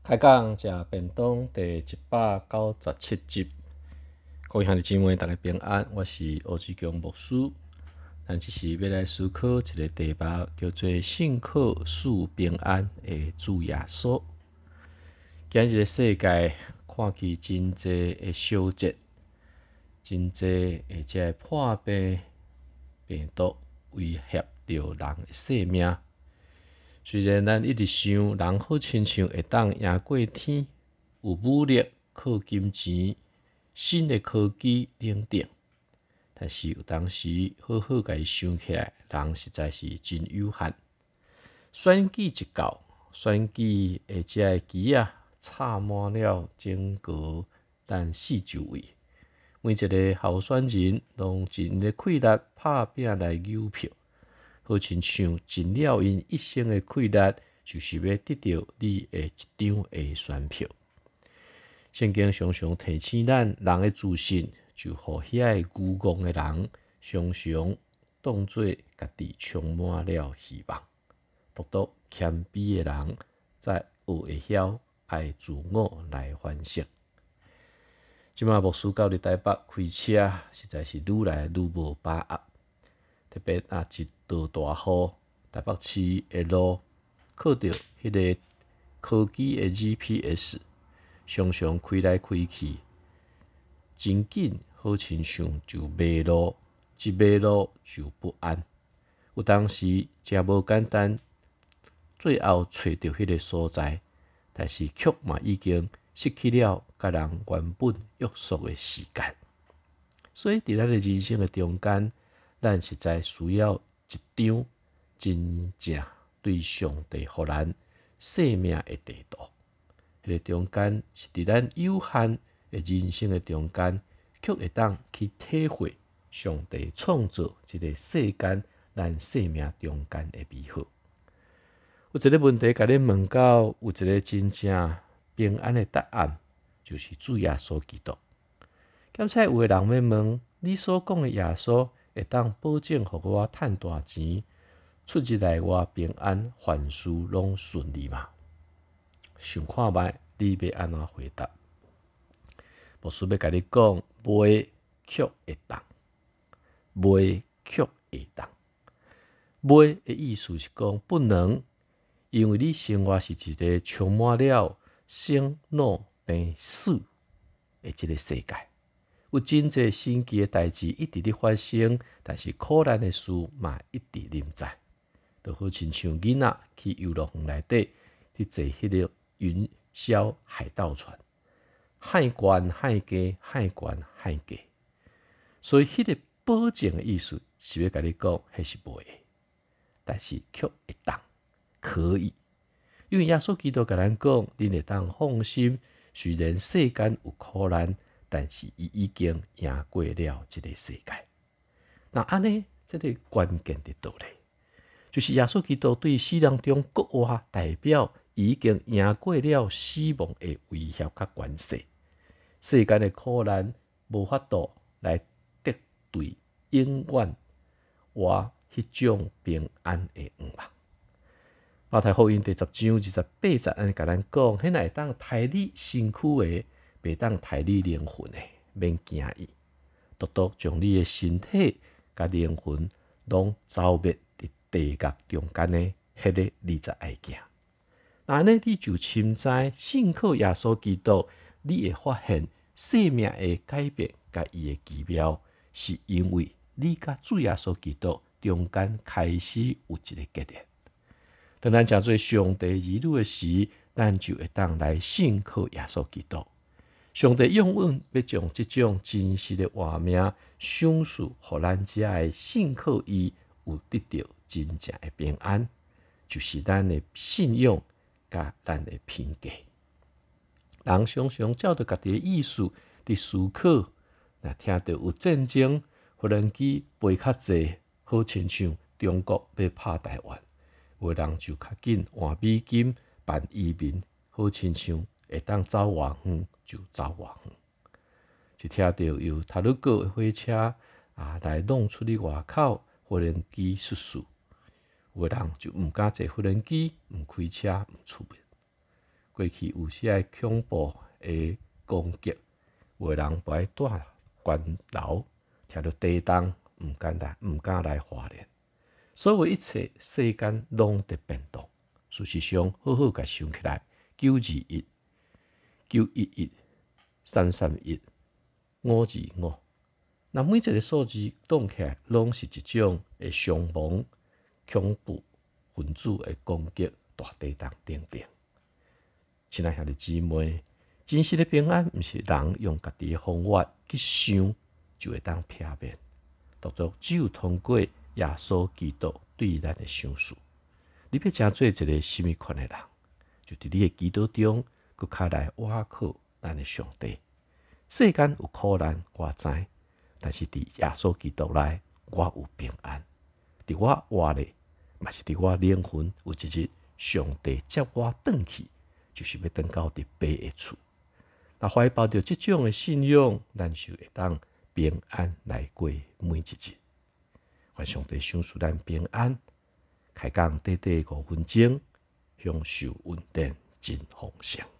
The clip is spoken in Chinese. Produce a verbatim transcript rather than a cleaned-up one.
开讲食便当第一百九十七集，各位兄弟姊妹，大家平安，我是欧志强牧师。咱即是要来思考一个题目，叫做“信靠赐平安的主耶稣”。今日的世界看起真济的小节，真济而且破病病毒威胁着人的性命。虽然咱一直想人好亲像会当赢过天，有武力、靠金钱、新的科技领导，但是有当时好好甲伊想起来，人实在是真有限。选举一到，选举而且旗啊插满了整个咱四周围，每一个候选人拢尽力气力拍拼来邮票。好亲像尽了因一生的气力，就是要得到你的一张的选票。圣经常常提醒咱，人的自信就互遐个愚戆的人，常常当作家己充满了希望。独独谦卑的人，才学会晓爱自我来反省。即马牧师到伫台北开车，实在是愈来愈无把握。特别啊，一道大雨，台北市的路靠着迄个科技的 G P S， 常常开来开去，真紧好亲像就迷路，一迷路就不安。有当时真无简单，最后找到迄个所在，但是却嘛已经失去了甲人原本约束的时间。所以伫咱的人生的中间，咱实在需要一张真正对上帝予咱生命的地图。迄个中间是伫咱有限的人生的中间，却会当去体会上帝创造这个世间咱生命中间的美好。有一个问题，甲恁问到有一个真正平安的答案，就是主耶稣基督。兼且有个人要问，你所讲的耶稣会当保证互我趁大钱，出入来我平安，凡事拢顺利吗？想看觅你要安怎回答？牧师要甲你讲，袂却会当，袂却会当。袂的意思是讲不能，因为你生活是一个充满了生老病死的一个世界。有真济神奇的代志一直咧发生，但是苦难的事嘛一直临在。就好亲像囡仔去游乐园内底去坐迄个云霄海盗船，海悬海低，海悬海低。所以迄个保证的意思是要甲你讲，迄是袂的，但是却会当可以，因为耶稣基督甲咱讲，恁会当放心，虽然世间有苦难，但是伊已经赢过了这个世界。那安尼，这个关键伫倒咧？就是耶稣基督对死人中国活，代表已经赢过了死亡的威胁甲关系。世间的苦难无法度来敌对永远我迄种平安的愿望。马太福音第十章二十八节安尼甲咱讲，迄会当杀你身躯的，袂当杀你灵魂的，免惊伊。独独将你的身体甲灵魂拢消灭伫地狱中间的，迄个你才爱惊。那安尼你就深知信靠耶稣基督，你会发现生命的改变甲伊的奇妙，是因为你甲主耶稣基督中间开始有一个结连。当咱诚做上帝儿女的时，咱就会当来信靠耶稣基督。上帝永远要将这种真实的画面赏赐予咱遮的信靠伊，有得到真正的平安，就是咱的信仰甲咱的品格。人常常照着家己的意思伫思考，若听到有战争，无人机飞较济，好亲像中国要拍台湾，有人就较紧换美金办移民，好亲像会当走偌远就走偌远。一听到有塔鲁格的火车啊来弄出去外口，无人机失事，有人就毋敢坐无人机，毋开车，毋出门。 过去有些恐怖的攻击，有的人不爱住关楼，听到地动，毋敢来，毋敢来花莲。所有一切世间拢在变动。事实上，好好甲想起来，九二一、九一一、三三一、五二五，那每一个数字动起来，拢是一种的伤亡、恐怖分子的攻击、大地动等等。亲爱兄弟姊妹，真实的平安，毋是人用家己的方法去想就会当避免，独独只有通过耶稣基督对咱的想事。你要成做一个什么款的人，就伫你的祈祷中，搁较来倚靠咱的上帝。世间有苦难，我知，但是伫耶稣基督内，我有平安。伫我活咧，嘛是伫我灵魂有一日，上帝接我转去，就是要转到伫爸的厝。那怀抱着这种的信仰，咱就会当平安来过每一日。愿上帝赏赐咱平安。开讲短短五分钟，享受稳定真丰盛。